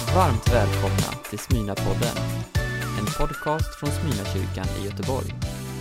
Varmt välkomna till Smyrnapodden, en podcast från Smyrnakyrkan i Göteborg.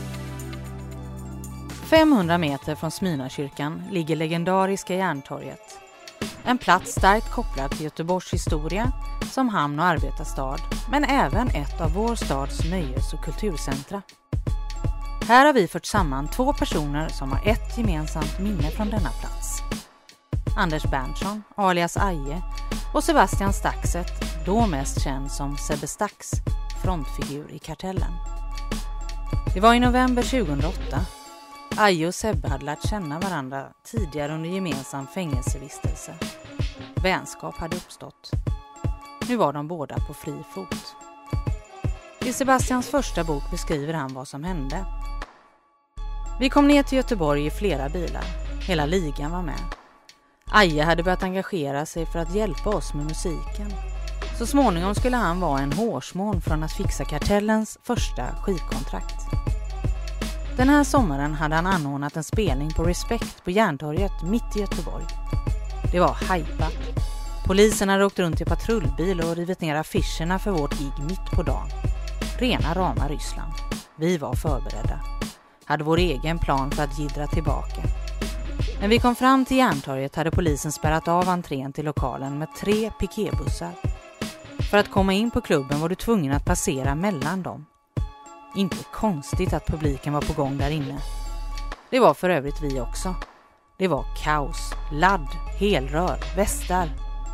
500 meter från Smyrnakyrkan ligger legendariska Järntorget. En plats starkt kopplad till Göteborgs historia som hamn- och arbetarstad, men även ett av vår stads nöjes- och kulturcentra. Här har vi fört samman två personer som har ett gemensamt minne från denna plats. Anders Berntsson, alias Aje, och Sebastian Staxet, då mest känd som Sebbe Stax, frontfigur i Kartellen. Det var i november 2008. Aje och Sebbe hade lärt känna varandra tidigare under gemensam fängelsevistelse. Vänskap hade uppstått. Nu var de båda på fri fot. I Sebastians första bok beskriver han vad som hände. Vi kom ner till Göteborg i flera bilar. Hela ligan var med. Aje hade börjat engagera sig för att hjälpa oss med musiken. Så småningom skulle han vara en hårsmån från att fixa Kartellens första skivkontrakt. Den här sommaren hade han anordnat en spelning på Respekt på Järntorget mitt i Göteborg. Det var hajpat. Polisen hade åkt runt i patrullbil och rivit ner affischerna för vårt gig mitt på dagen. Rena rama Ryssland. Vi var förberedda. Hade vår egen plan för att gidra tillbaka. När vi kom fram till Järntorget hade polisen spärrat av entrén till lokalen med 3 piketbussar. För att komma in på klubben var du tvungen att passera mellan dem. Inte konstigt att publiken var på gång där inne. Det var för övrigt vi också. Det var kaos, ladd, helrör, västar.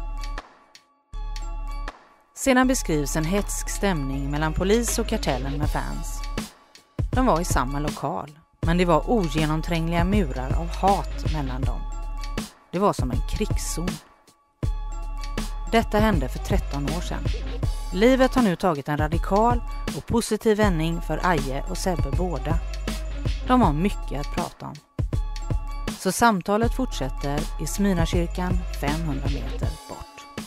Sedan beskrivs en hetsk stämning mellan polis och Kartellen med fans. De var i samma lokal, men det var ogenomträngliga murar av hat mellan dem. Det var som en krigszon. Detta hände för 13 år sedan. Livet har nu tagit en radikal och positiv vändning för Aje och Sebbe båda. De har mycket att prata om. Så samtalet fortsätter i Smyrnakyrkan 500 meter bort.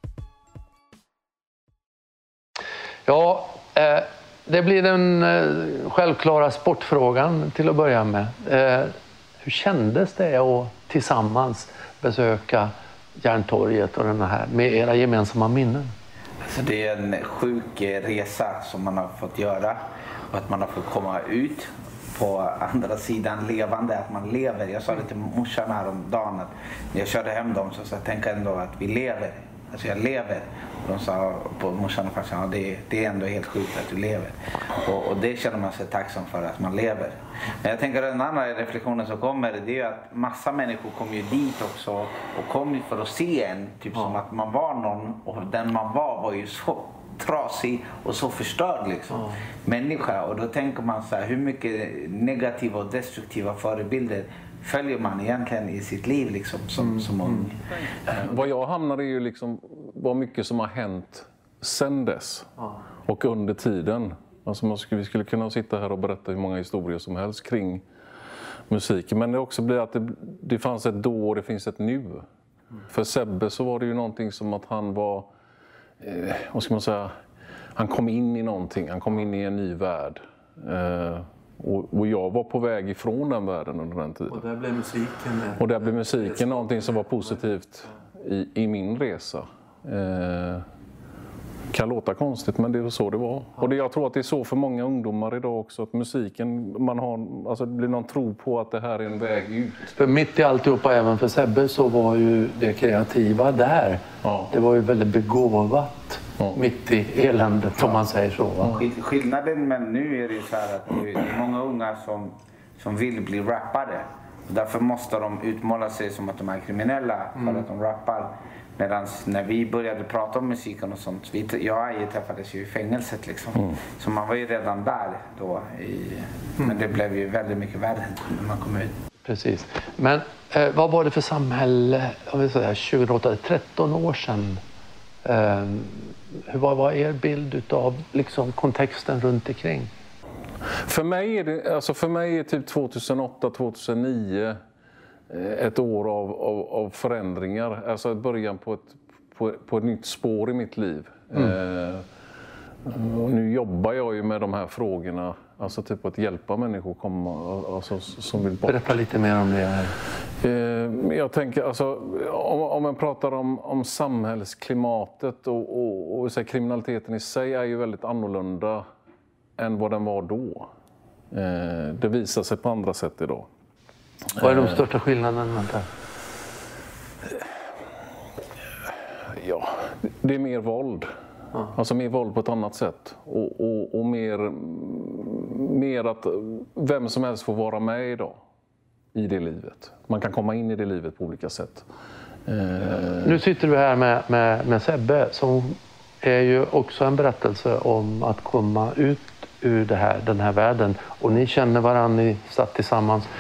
Ja, det blir den självklara sportfrågan till att börja med. Hur kändes det att tillsammans besöka Järntorget och den här med era gemensamma minnen? Alltså det är en sjuk resa som man har fått göra och att man har fått komma ut på andra sidan levande, att man lever. Jag sa det till morsan häromdagen att när jag körde hem dem så jag tänker ändå att vi lever. Alltså jag lever. Och de sa på morsan och farsan, ja, det är ändå helt sjukt att du lever. Och det känner man sig tacksam för, att man lever. Men jag tänker att den andra reflektionen som kommer, det är ju att massa människor kommer ju dit också och kommer för att se en. Typ som att man var någon, och den man var ju så trasig och så förstörd liksom. Människa. Och då tänker man så här, hur mycket negativa och destruktiva förebilder följer man egentligen i sitt liv liksom, som ung. Vad jag hamnar i är ju liksom vad mycket som har hänt sen dess och under tiden. Alltså vi skulle kunna sitta här och berätta hur många historier som helst kring musiken. Men det också blir att det fanns ett då och det finns ett nu. För Sebbe så var det ju någonting som att han var, vad ska man säga, han kom in i någonting, han kom in i en ny värld. Och jag var på väg ifrån den världen under den tiden. Och där blev musiken någonting som var positivt i min resa. Kan låta konstigt, men det är så det var. Och jag tror att det är så för många ungdomar idag också, att musiken, alltså det blir någon tro på att det här är en väg ut. För mitt i alltihopa, även för Sebbe, så var ju det kreativa där. Ja. Det var ju väldigt begåvat. Mitt i eländet, om man säger så. Va? Skillnaden med nu är det så här att det är många unga som vill bli rappare. Därför måste de utmåla sig som att de är kriminella för att de rappar. Medan när vi började prata om musiken och sånt, jag och Aje träffades ju i fängelset liksom. Så man var ju redan där då. Men det blev ju väldigt mycket värre när man kom ut. Precis. Men vad var det för samhälle, om vi säger 2008, 13 år sedan? Hur var er bild av liksom kontexten runt omkring? För mig är typ 2008-2009 ett år av förändringar. Alltså början på ett nytt spår i mitt liv. Och nu jobbar jag ju med de här frågorna. Alltså typ att hjälpa människor komma, alltså, som vill bort. Berätta lite mer om det här. Jag tänker, alltså, om man pratar om samhällsklimatet och så här, kriminaliteten i sig är ju väldigt annorlunda än vad den var då. Det visar sig på andra sätt idag. Vad är de största skillnaderna där? Ja, det är mer våld. Alltså mer våld på ett annat sätt. Och mer att vem som helst får vara med idag i det livet. Man kan komma in i det livet på olika sätt. Nu sitter du här med Sebbe som är ju också en berättelse om att komma ut ur den här världen. Och ni känner varandra, ni satt tillsammans.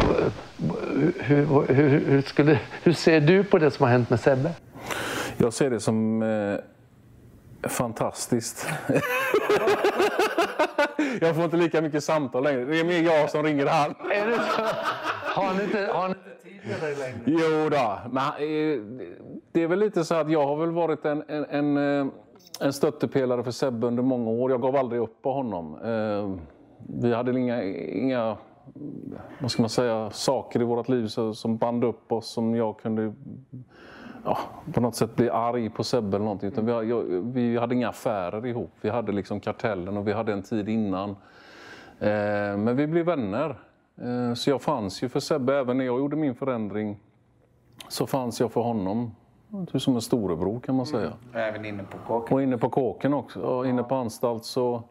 Hur ser du på det som har hänt med Sebbe? Jag ser det som fantastiskt. Jag får inte lika mycket samtal längre. Det är mer jag som ringer han. Är det så? Har ni inte tid med dig längre? Jo då. Men det är väl lite så att jag har väl varit en stöttepelare för Sebbe under många år. Jag gav aldrig upp på honom. Vi hade inga vad ska man säga, saker i vårt liv som band upp oss som jag kunde på något sätt bli arg på Sebbe eller någonting. Utan vi hade inga affärer ihop. Vi hade liksom Kartellen och vi hade en tid innan. Men vi blev vänner. Så jag fanns ju för Sebbe. Även när jag gjorde min förändring så fanns jag för honom. Som en storebror kan man säga. Även inne på kåken. Och inne på kåken också. Och inne på anstalt så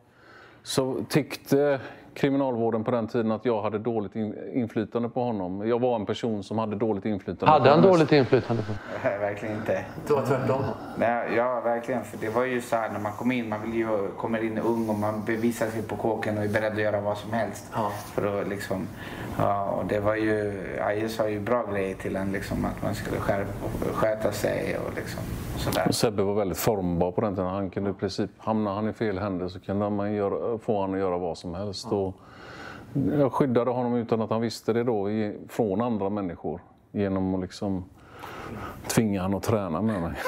tyckte kriminalvården på den tiden att jag hade dåligt inflytande på honom. Jag var en person som hade dåligt inflytande. Hade han dåligt inflytande på? Nej, verkligen inte. Det var tvärtom. Nej, ja, verkligen. För det var ju så här när man kom in, kommer in ung och man bevisar sig på kåken och är beredd att göra vad som helst. Ja. För att liksom, och det var ju, Aje sa ju bra grejer till en liksom att man skulle sköta sig och liksom sådär. Sebbe var väldigt formbar på den tiden. Han kunde i princip, hamna han i fel händer så kunde man få han att göra vad som helst. Ja. Och jag skyddade honom utan att han visste det då från andra människor genom att liksom tvinga han att träna med mig.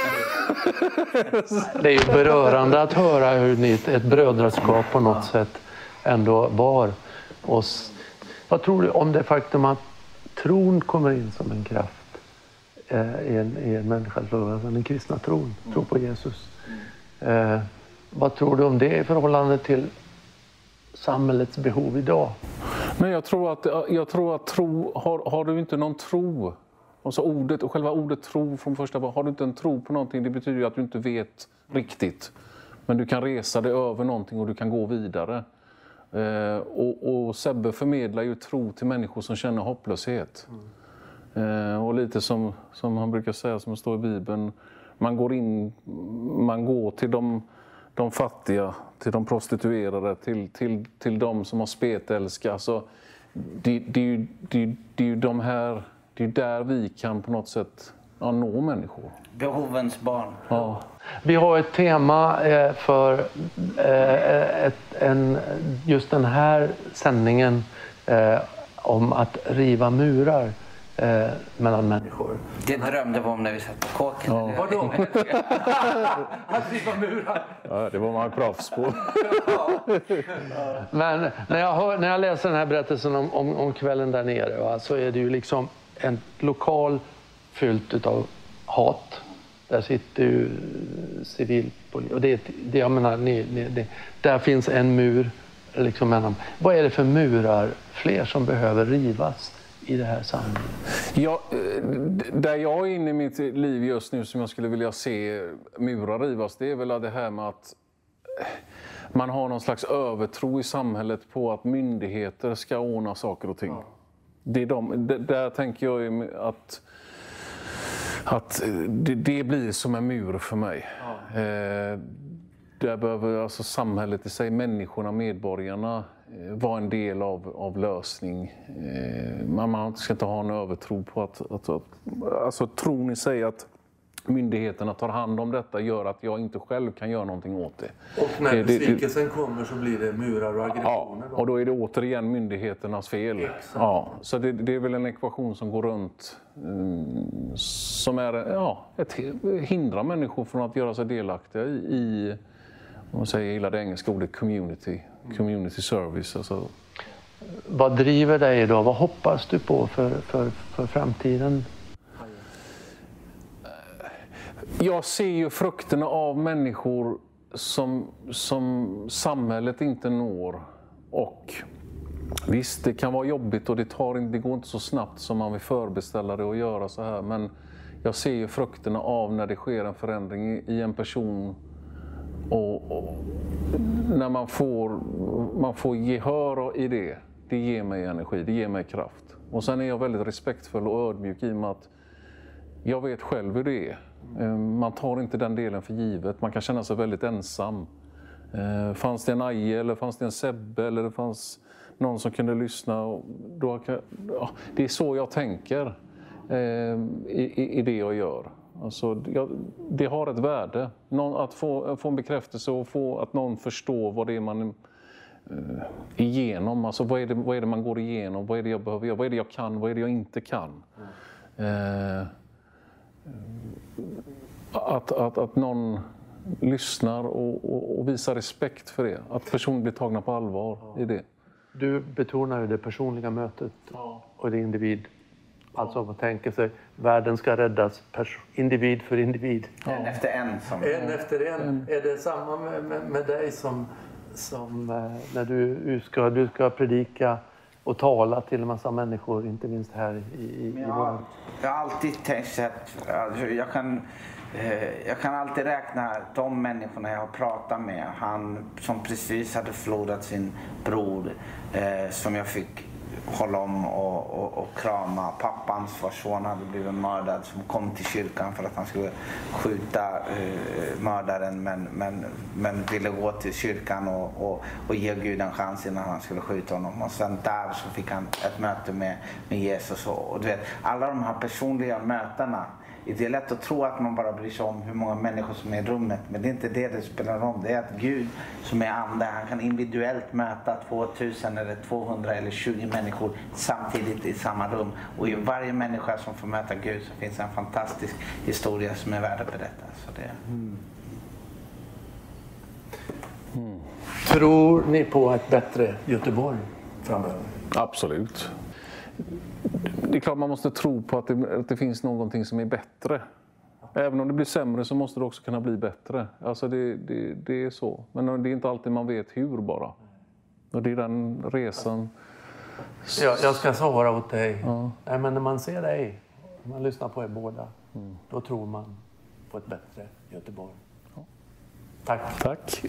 Det är ju berörande att höra hur ett brödraskap på något sätt ändå var oss. Vad tror du om det faktum att tron kommer in som en kraft i en människa, den kristna tron, tro på Jesus. Vad tror du om det i förhållande till samhällets behov idag? Men jag tror att tro, har du inte någon tro, alltså själva ordet tro från första början, har du inte en tro på någonting, det betyder ju att du inte vet riktigt. Men du kan resa dig över någonting och du kan gå vidare. Och Sebbe förmedlar ju tro till människor som känner hopplöshet. Och lite som han brukar säga, som står i Bibeln, man går till de fattiga, till de prostituerade, till de som har spetälska. Alltså, det är ju där vi kan på något sätt nå människor. Behovens barn. Ja. Vi har ett tema för just den här sändningen om att riva murar mellan människor. Det drömde vi om när vi satt på kåken. Ja. Vadå? Att riva murar? Ja, det var man proffs på. Men när jag läser den här berättelsen om kvällen där nere, så är det ju liksom en lokal fyllt utav hat. Där sitter ju civilpolis. Och jag menar, där finns en mur liksom mellan. Vad är det för murar fler som behöver rivas i det här samhället? Ja, där jag är inne i mitt liv just nu som jag skulle vilja se murar rivas, det är väl det här med att man har någon slags övertro i samhället på att myndigheter ska ordna saker och ting. Ja. Där tänker jag att det blir som en mur för mig. Ja. Där behöver alltså samhället i sig, människorna, medborgarna, vara en del av lösning. Man ska inte ha en övertro på alltså tron i sig att myndigheterna tar hand om detta gör att jag inte själv kan göra någonting åt det. Och när besvikelsen kommer så blir det murar och aggressioner. Ja, och då är det återigen myndigheternas fel. Exakt. Ja, så det är väl en ekvation som går runt som är hindrar människor från att göra sig delaktiga i om man säger, jag gillar det engelska ordet community service. Alltså. Vad driver dig då? Vad hoppas du på för framtiden? Jag ser ju frukterna av människor som samhället inte når. Och visst, det kan vara jobbigt och det går inte så snabbt som man vill förbeställa det och göra så här. Men jag ser ju frukterna av när det sker en förändring i en person. Och när man får gehör i det. Det ger mig energi, det ger mig kraft. Och sen är jag väldigt respektfull och ödmjuk i och med att jag vet själv hur det är. Man tar inte den delen för givet. Man kan känna sig väldigt ensam. Fanns det en Aje eller fanns det en Sebbe eller det fanns någon som kunde lyssna. Och det är så jag tänker i det jag gör. Alltså, det har ett värde. Att få en bekräftelse och att någon förstår vad det är man igenom. Alltså, vad är det man går igenom? Vad är det jag behöver göra? Vad är det jag kan? Vad är det jag inte kan? Att någon lyssnar och visar respekt för det. Att personen blir tagna på allvar i det. Du betonar ju det personliga mötet och det individ. Alltså man tänker sig världen ska räddas individ för individ. En efter en. En efter en. Är det samma med dig som när du ska predika och tala till en massa människor, inte minst här i vår... Jag har alltid tänkt att jag kan alltid räkna de människorna jag har pratat med. Han som precis hade förlorat sin bror som jag fick hålla om och krama. Pappans vars son hade blivit mördad som kom till kyrkan för att han skulle skjuta mördaren men ville gå till kyrkan och ge Gud en chans innan han skulle skjuta honom. Och sen där så fick han ett möte med Jesus och du vet, alla de här personliga mötena. Det är lätt att tro att man bara bryr sig om hur många människor som är i rummet. Men det är inte det spelar om. Det är att Gud som är ande, han kan individuellt möta 2000 eller 200 eller 20 människor samtidigt i samma rum. Och i varje människa som får möta Gud så finns en fantastisk historia som är värd att berätta. Så det... Tror ni på ett bättre Göteborg framöver? Absolut. Det är klart man måste tro på att det finns någonting som är bättre. Även om det blir sämre så måste det också kunna bli bättre. Alltså det är så. Men det är inte alltid man vet hur bara. Och det är den resan. Jag ska svara åt dig. Ja. Nej, men när man ser dig, när man lyssnar på er båda, då tror man på ett bättre Göteborg. Ja. Tack.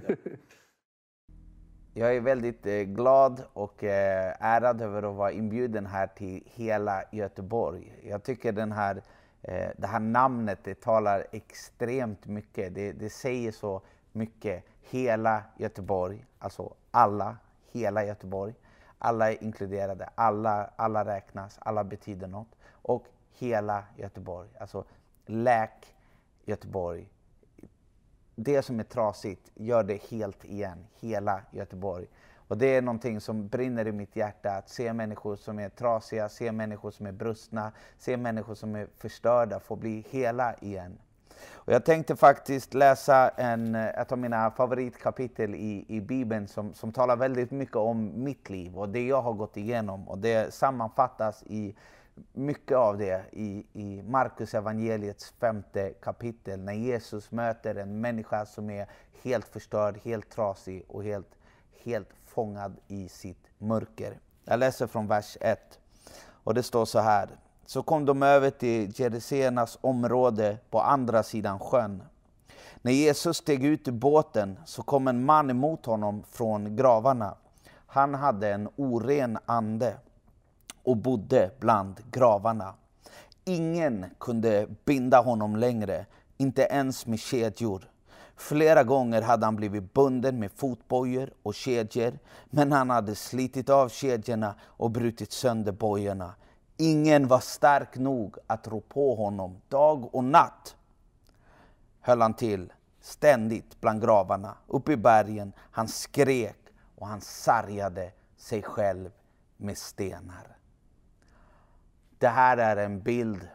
Jag är väldigt glad och ärad över att vara inbjuden här till hela Göteborg. Jag tycker det här namnet, det talar extremt mycket. Det säger så mycket. Hela Göteborg, alltså alla, hela Göteborg. Alla är inkluderade, alla räknas, alla betyder något. Och hela Göteborg, alltså läk Göteborg. Det som är trasigt, gör det helt igen, hela Göteborg. Och det är någonting som brinner i mitt hjärta, att se människor som är trasiga, se människor som är brustna, se människor som är förstörda få bli hela igen. Och jag tänkte faktiskt läsa ett av mina favoritkapitel i Bibeln som talar väldigt mycket om mitt liv och det jag har gått igenom. Och det sammanfattas i mycket av det i Markus evangeliets 5:e kapitel, när Jesus möter en människa som är helt förstörd, helt trasig och helt fångad i sitt mörker. Jag läser från vers 1 och det står så här: så kom de över till Gerasenas område på andra sidan sjön. När Jesus steg ut ur båten så kom en man emot honom från gravarna. Han hade en oren ande och bodde bland gravarna. Ingen kunde binda honom längre, inte ens med kedjor. Flera gånger hade han blivit bunden med fotbojor och kedjor, men han hade slitit av kedjorna och brutit sönder bojorna. Ingen var stark nog att rå på honom. Dag och natt höll han till ständigt bland gravarna, uppe i bergen. Han skrek och han sargade sig själv med stenar. Det här är en bild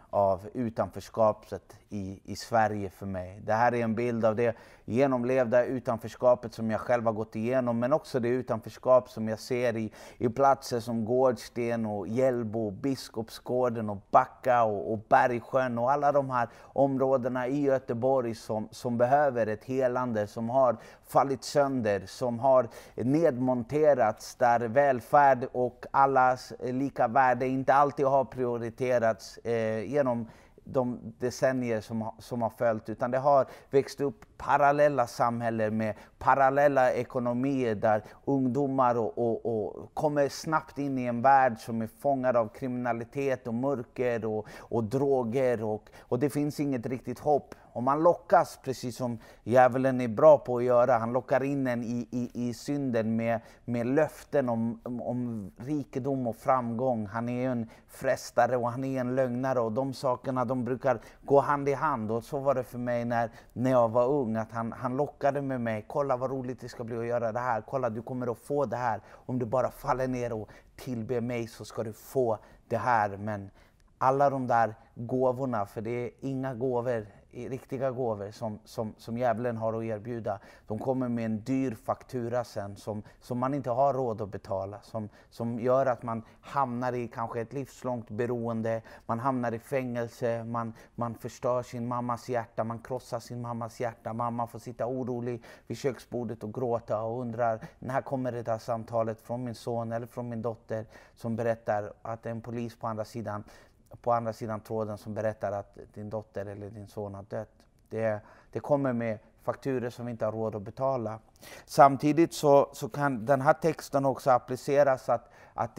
av utanförskapet i Sverige för mig. Det här är en bild av det genomlevda utanförskapet som jag själv har gått igenom, men också det utanförskap som jag ser i platser som Gårdsten och Hjällbo, Biskopsgården och Backa och Bergsjön och alla de här områdena i Göteborg som behöver ett helande, som har fallit sönder, som har nedmonterats, där välfärd och allas lika värde inte alltid har prioriterats genom de decennier som har följt, utan det har växt upp parallella samhällen med parallella ekonomier där ungdomar och kommer snabbt in i en värld som är fångad av kriminalitet och mörker och droger och det finns inget riktigt hopp. Och man lockas, precis som djävulen är bra på att göra, han lockar in en i synden med löften om rikedom och framgång. Han är en frestare och han är en lögnare, och de sakerna de brukar gå hand i hand. Och så var det för mig när jag var ung, att han lockade med mig. Kolla vad roligt det ska bli att göra det här. Kolla, du kommer att få det här. Om du bara faller ner och tillber mig så ska du få det här. Men alla de där gåvorna, för det är inga gåvor, riktiga gåvor som djävulen har att erbjuda. De kommer med en dyr faktura sen som man inte har råd att betala. Som gör att man hamnar i kanske ett livslångt beroende. Man hamnar i fängelse, man förstör sin mammas hjärta, man krossar sin mammas hjärta. Mamma får sitta orolig vid köksbordet och gråta och undrar när kommer det där samtalet från min son eller från min dotter som berättar att en polis på andra sidan tråden som berättar att din dotter eller din son har dött. Det kommer med fakturer som vi inte har råd att betala. Samtidigt så kan den här texten också appliceras att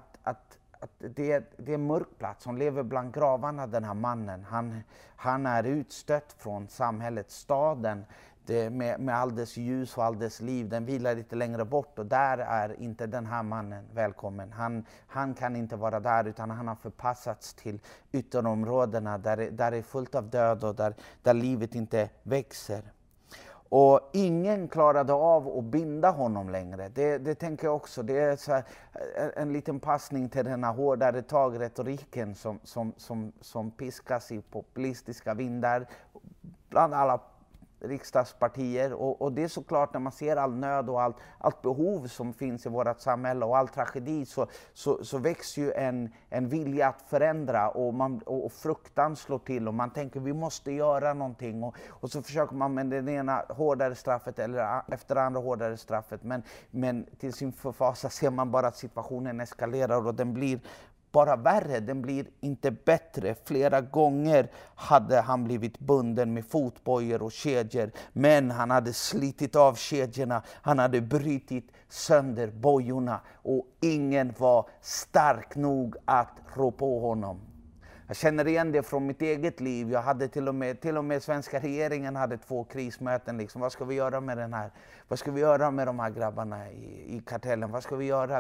det är en mörk plats. Som lever bland gravarna, den här mannen. Han är utstött från samhället, staden. Med all dess ljus och all dess liv, den vilar lite längre bort, och där är inte den här mannen välkommen. Han kan inte vara där, utan han har förpassats till ytterområdena där det är fullt av död och där livet inte växer. Och ingen klarade av att binda honom längre. Det tänker jag också. Det är så här, en liten passning till den här hårdare tagretoriken som piskas i populistiska vindar bland alla riksdagspartier, och det är såklart när man ser all nöd och allt behov som finns i vårt samhälle och all tragedi så växer ju en vilja att förändra, och fruktan slår till och man tänker vi måste göra någonting, och så försöker man med det ena hårdare straffet eller efter det andra hårdare straffet, men till sin förfasa ser man bara att situationen eskalerar och den blir bara värre, den blir inte bättre. Flera gånger hade han blivit bunden med fotbojor och kedjor, men han hade slitit av kedjorna, han hade brutit sönder bojorna, och ingen var stark nog att rå på honom. Jag känner igen det från mitt eget liv. Jag hade till och med svenska regeringen hade 2 krismöten. Liksom. Vad ska vi göra med den här? Vad ska vi göra med de här grabbarna i kartellen? Vad ska vi göra?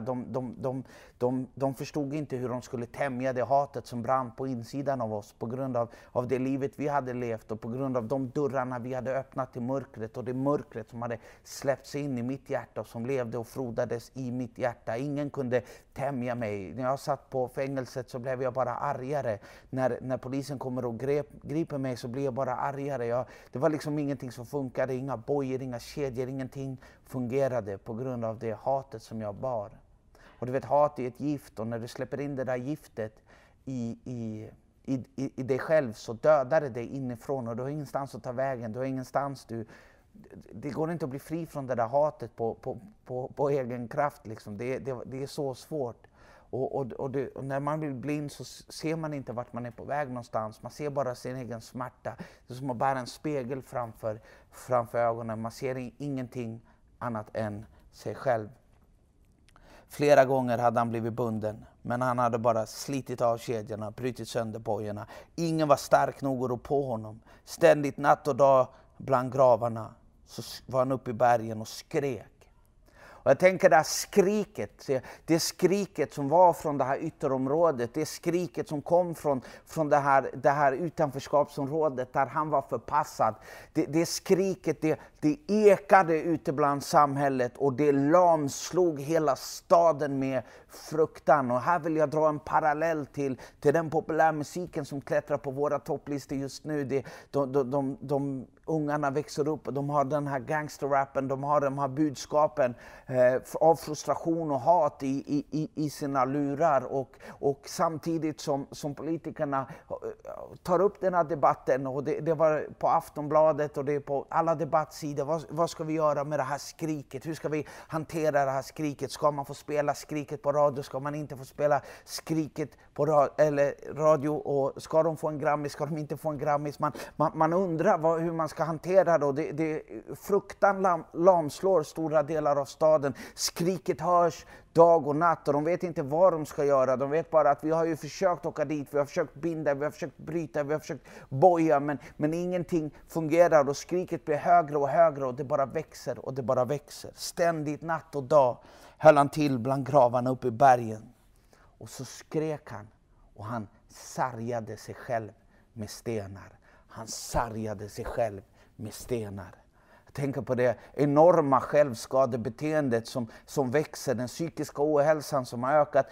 De förstod inte hur de skulle tämja det hatet som brann på insidan av oss på grund av det livet vi hade levt och på grund av de dörrarna vi hade öppnat till mörkret och det mörkret som hade släppts in i mitt hjärta och som levde och frodades i mitt hjärta. Ingen kunde tämja mig. När jag satt på fängelset så blev jag bara argare. När polisen kommer och griper mig så blir jag bara argare. Det var liksom ingenting som funkade, inga bojor, inga kedjor, ingenting fungerade på grund av det hatet som jag bar. Och du vet, hat är ett gift, och när du släpper in det där giftet i dig själv så dödar det dig inifrån, och du har ingenstans att ta vägen, du har ingenstans det går inte att bli fri från det där hatet på egen kraft liksom. Det är så svårt. Och när man blir blind så ser man inte vart man är på väg någonstans. Man ser bara sin egen smärta. Det är som att bära en spegel framför ögonen. Man ser ingenting annat än sig själv. Flera gånger hade han blivit bunden, men han hade bara slitit av kedjorna, brutit sönder bojorna. Ingen var stark nog att rå på honom. Ständigt natt och dag bland gravarna så var han uppe i bergen och skrek. Och jag tänker det här skriket, det skriket som var från det här ytterområdet, det skriket som kom från det här utanförskapsområdet där han var förpassad. Det skriket, det ekade ute bland samhället och det lamslog hela staden med fruktan. Och här vill jag dra en parallell till den populärmusiken som klättrar på våra topplistor just nu. De ungarna växer upp och de har den här gangsterrappen, de har de här budskapen av frustration och hat i sina lurar. Och samtidigt som politikerna tar upp den här debatten, och det var på Aftonbladet och det är på alla debattsidor. Vad ska vi göra med det här skriket? Hur ska vi hantera det här skriket? Ska man få spela skriket på radio? Ska man inte få spela skriket på radio? Och ska de få en Grammis? Ska de inte få en Grammis? Man undrar hur man ska hantera det. Fruktan lamslår stora delar av staden. Skriket hörs dag och natt och de vet inte vad de ska göra. De vet bara att vi har ju försökt åka dit, vi har försökt binda, vi har försökt bryta, vi har försökt boja, men ingenting fungerar och skriket blir högre och högre och det bara växer och det bara växer. Ständigt natt och dag höll han till bland gravarna uppe i bergen. Och så skrek han och han sargade sig själv med stenar. Han sargade sig själv med stenar. Jag tänker på det enorma självskadebeteendet som växer. Den psykiska ohälsan som har ökat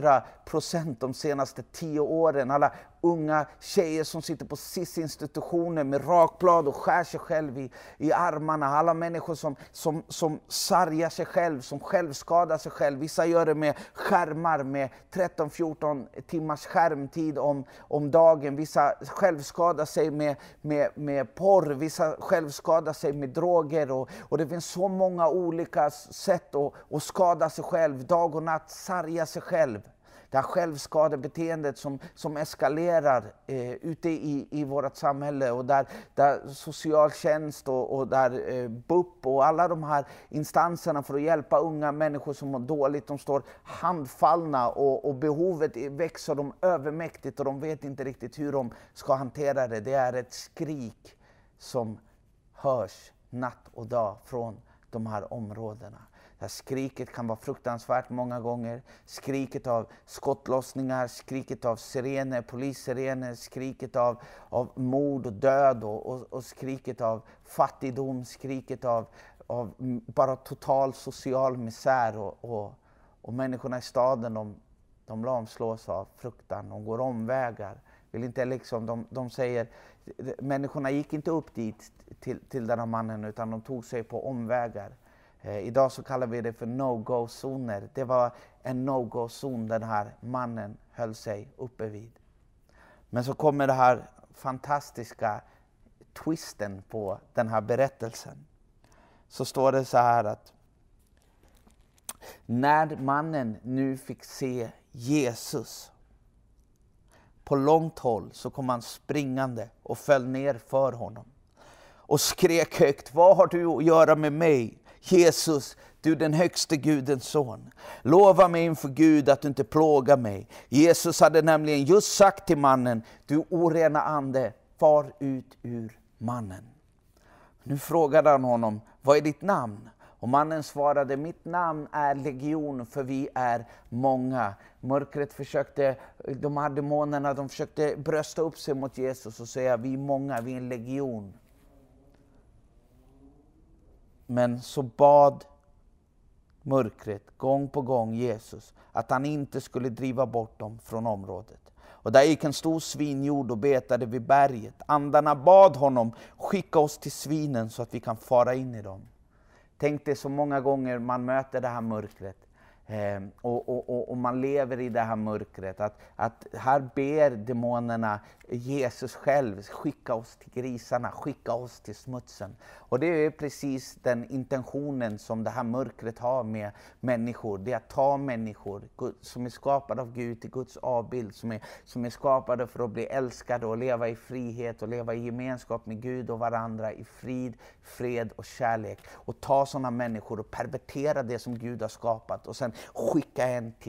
100% de senaste 10 åren. Alla unga tjejer som sitter på SIS-institutioner med rakblad och skär sig själv i armarna. Alla människor som sargar sig själv, som självskadar sig själv. Vissa gör det med skärmar med 13-14 timmars skärmtid om dagen. Vissa självskadar sig med porr. Vissa självskadar sig med droger. Och det finns så många olika sätt att skada sig själv. Dag och natt sarga sig själv. Det här självskadebeteendet som eskalerar ute i vårt samhälle och där socialtjänst och där BUP och alla de här instanserna för att hjälpa unga människor som mår dåligt, de står handfallna och behovet växer dem övermäktigt och de vet inte riktigt hur de ska hantera det. Det är ett skrik som hörs natt och dag från de här områdena. Det här skriket kan vara fruktansvärt många gånger. Skriket av skottlossningar, skriket av sirener, polissirener, skriket av mord och död och skriket av fattigdom, skriket av bara total social misär. Och människorna i staden, de lamslås av fruktan, de går omvägar. Vill inte de säger, människorna gick inte upp dit till den här mannen utan de tog sig på omvägar. Idag så kallar vi det för no-go-zoner. Det var en no-go-zon den här mannen höll sig uppe vid. Men så kommer det här fantastiska twisten på den här berättelsen. Så står det så här att när mannen nu fick se Jesus på långt håll så kom han springande och föll ner för honom. Och skrek högt, vad har du att göra med mig? Jesus, du den högste Gudens son. Lova mig inför Gud att du inte plågar mig. Jesus hade nämligen just sagt till mannen, du orena ande, far ut ur mannen. Nu frågade han honom, vad är ditt namn? Och mannen svarade, mitt namn är Legion för vi är många. Mörkret försökte, de här demonerna, de försökte brösta upp sig mot Jesus och säga, vi är många, vi är en legion. Men så bad mörkret gång på gång Jesus att han inte skulle driva bort dem från området. Och där gick en stor svinjord och betade vid berget. Andarna bad honom, skicka oss till svinen så att vi kan fara in i dem. Tänk dig så många gånger man möter det här mörkret. Och man lever i det här mörkret. Att här ber demonerna Jesus själv, skicka oss till grisarna, skicka oss till smutsen. Och det är precis den intentionen som det här mörkret har med människor. Det är att ta människor som är skapade av Gud till Guds avbild. Som är skapade för att bli älskade och leva i frihet och leva i gemenskap med Gud och varandra i fred och kärlek. Och ta sådana människor och pervertera det som Gud har skapat och sen skicka en till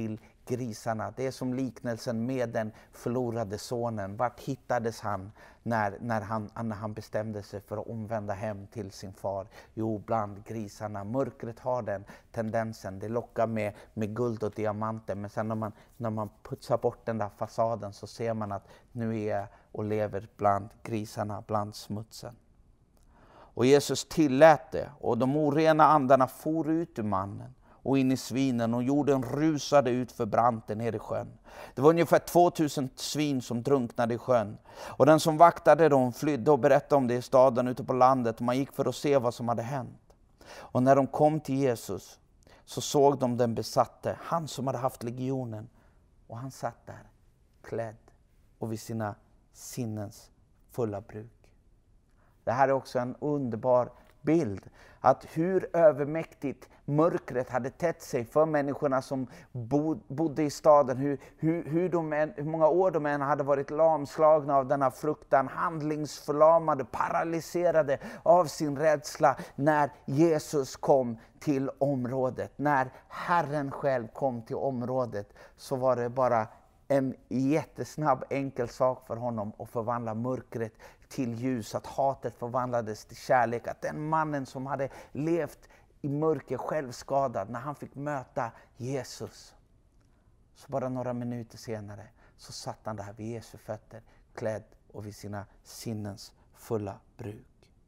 grisarna. Det är som liknelsen med den förlorade sonen. Vart hittades han när han bestämde sig för att omvända hem till sin far? Jo, bland grisarna. Mörkret har den tendensen. Det lockar med guld och diamanter. Men sen när man putsar bort den där fasaden så ser man att nu är jag och lever bland grisarna, bland smutsen. Och Jesus tillät det, och de orena andarna for ut ur mannen och in i svinen, och jorden rusade ut för branten ner i sjön. Det var ungefär 2000 svin som drunknade i sjön. Och den som vaktade dem flydde och berättade om det i staden ute på landet, och man gick för att se vad som hade hänt. Och när de kom till Jesus så såg de den besatte, han som hade haft legionen, och han satt där klädd och vid sina sinnens fulla bruk. Det här är också en underbar bild. Att hur övermäktigt mörkret hade tätt sig för människorna som bodde i staden. Hur många år de än hade varit lamslagna av denna fruktan. Handlingsförlamade, paralyserade av sin rädsla. När Jesus kom till området. När Herren själv kom till området så var det bara en jättesnabb enkel sak för honom att förvandla mörkret till ljus, att hatet förvandlades till kärlek, att den mannen som hade levt i mörker självskadad, när han fick möta Jesus, så bara några minuter senare så satt han där vid Jesu fötter, klädd och vid sina sinnens fulla bruk.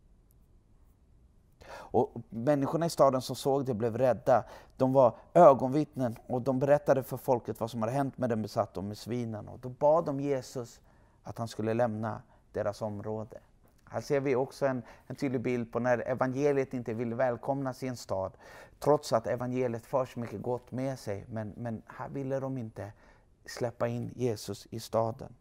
Och människorna i staden som såg det blev rädda. De var ögonvittnen och de berättade för folket vad som hade hänt med den besatta och med svinen. Och då bad de Jesus att han skulle lämna deras område. Här ser vi också en tydlig bild på när evangeliet inte vill välkomnas i en stad. Trots att evangeliet för så mycket gott med sig. Men här ville de inte släppa in Jesus i staden.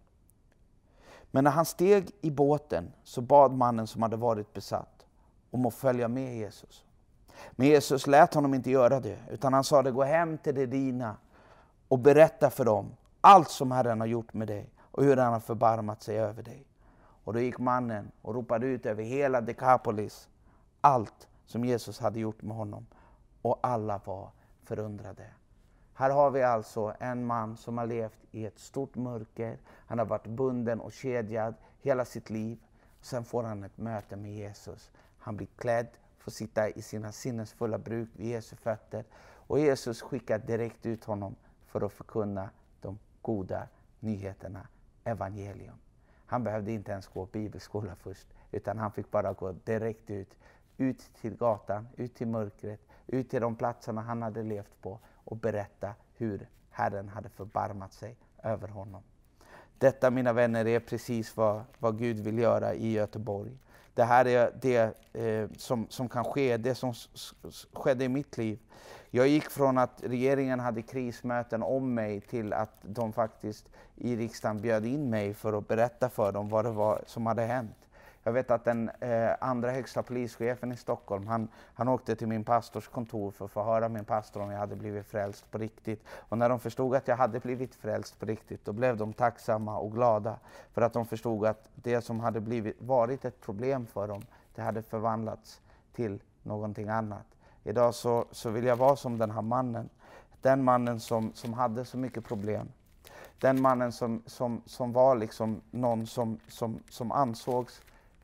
Men när han steg i båten så bad mannen som hade varit besatt om att följa med Jesus. Men Jesus lät honom inte göra det, utan han sa det: gå hem till de dina och berätta för dem allt som Herren har gjort med dig och hur han har förbarmat sig över dig. Och då gick mannen och ropade ut över hela Dekapolis allt som Jesus hade gjort med honom, och alla var förundrade. Här har vi alltså en man som har levt i ett stort mörker. Han har varit bunden och kedjad hela sitt liv. Sen får han ett möte med Jesus. Han blir klädd, får sitta i sina sinnesfulla bruk vid Jesu fötter. Och Jesus skickar direkt ut honom för att förkunna de goda nyheterna, evangelium. Han behövde inte ens gå bibelskola först, utan han fick bara gå direkt ut till gatan, ut till mörkret, ut till de platserna han hade levt på och berätta hur Herren hade förbarmat sig över honom. Detta, mina vänner, är precis vad Gud vill göra i Göteborg. Det här är det som kan ske, det som skedde i mitt liv. Jag gick från att regeringen hade krismöten om mig till att de faktiskt i riksdagen bjöd in mig för att berätta för dem vad det var som hade hänt. Jag vet att den andra högsta polischefen i Stockholm, han åkte till min pastors kontor för att få höra min pastor om jag hade blivit frälst på riktigt. Och när de förstod att jag hade blivit frälst på riktigt, då blev de tacksamma och glada. För att de förstod att det som hade varit ett problem för dem, det hade förvandlats till någonting annat. Idag så vill jag vara som den här mannen. Den mannen som hade så mycket problem. Den mannen som var liksom någon som ansågs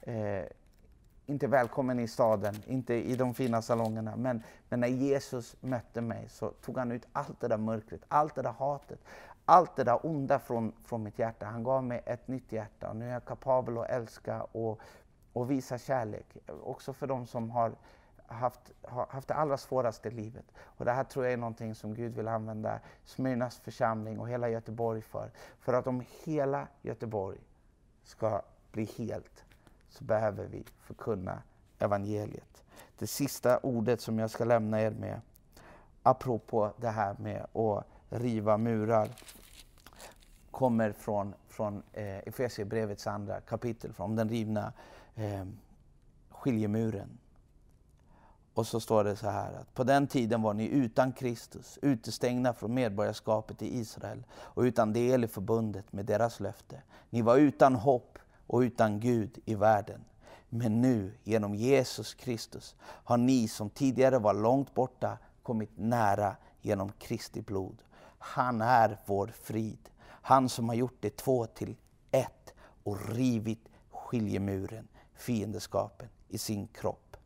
inte välkommen i staden, inte i de fina salongerna. Men när Jesus mötte mig så tog han ut allt det där mörkret, allt det där hatet, allt det där onda från mitt hjärta. Han gav mig ett nytt hjärta, och nu är jag kapabel att älska och visa kärlek. Också för de som har haft det allra svåraste i livet. Och det här tror jag är någonting som Gud vill använda Smyrnas församling och hela Göteborg för. För att om hela Göteborg ska bli helt, så behöver vi förkunna evangeliet. Det sista ordet som jag ska lämna er med, apropå det här med att riva murar, kommer från Efesierbrevets andra kapitel, från den rivna skiljemuren. Och så står det så här att på den tiden var ni utan Kristus, utestängda från medborgarskapet i Israel och utan del i förbundet med deras löfte. Ni var utan hopp och utan Gud i världen. Men nu, genom Jesus Kristus, har ni som tidigare var långt borta kommit nära genom Kristi blod. Han är vår frid. Han som har gjort det 2 till 1 och rivit skiljemuren, fiendeskapen i sin kropp.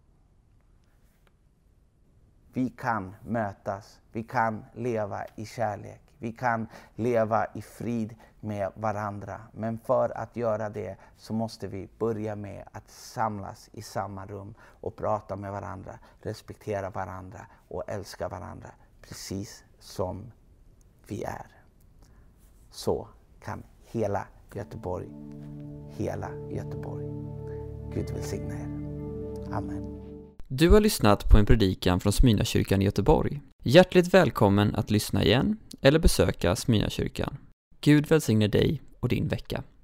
Vi kan mötas, vi kan leva i kärlek, vi kan leva i frid med varandra. Men för att göra det så måste vi börja med att samlas i samma rum och prata med varandra, respektera varandra och älska varandra precis som vi är. Så kan hela Göteborg. Gud välsigna er. Amen. Du har lyssnat på en predikan från Smyrnakyrkan i Göteborg. Hjärtligt välkommen att lyssna igen eller besöka Smyrnakyrkan. Gud välsigne dig och din vecka.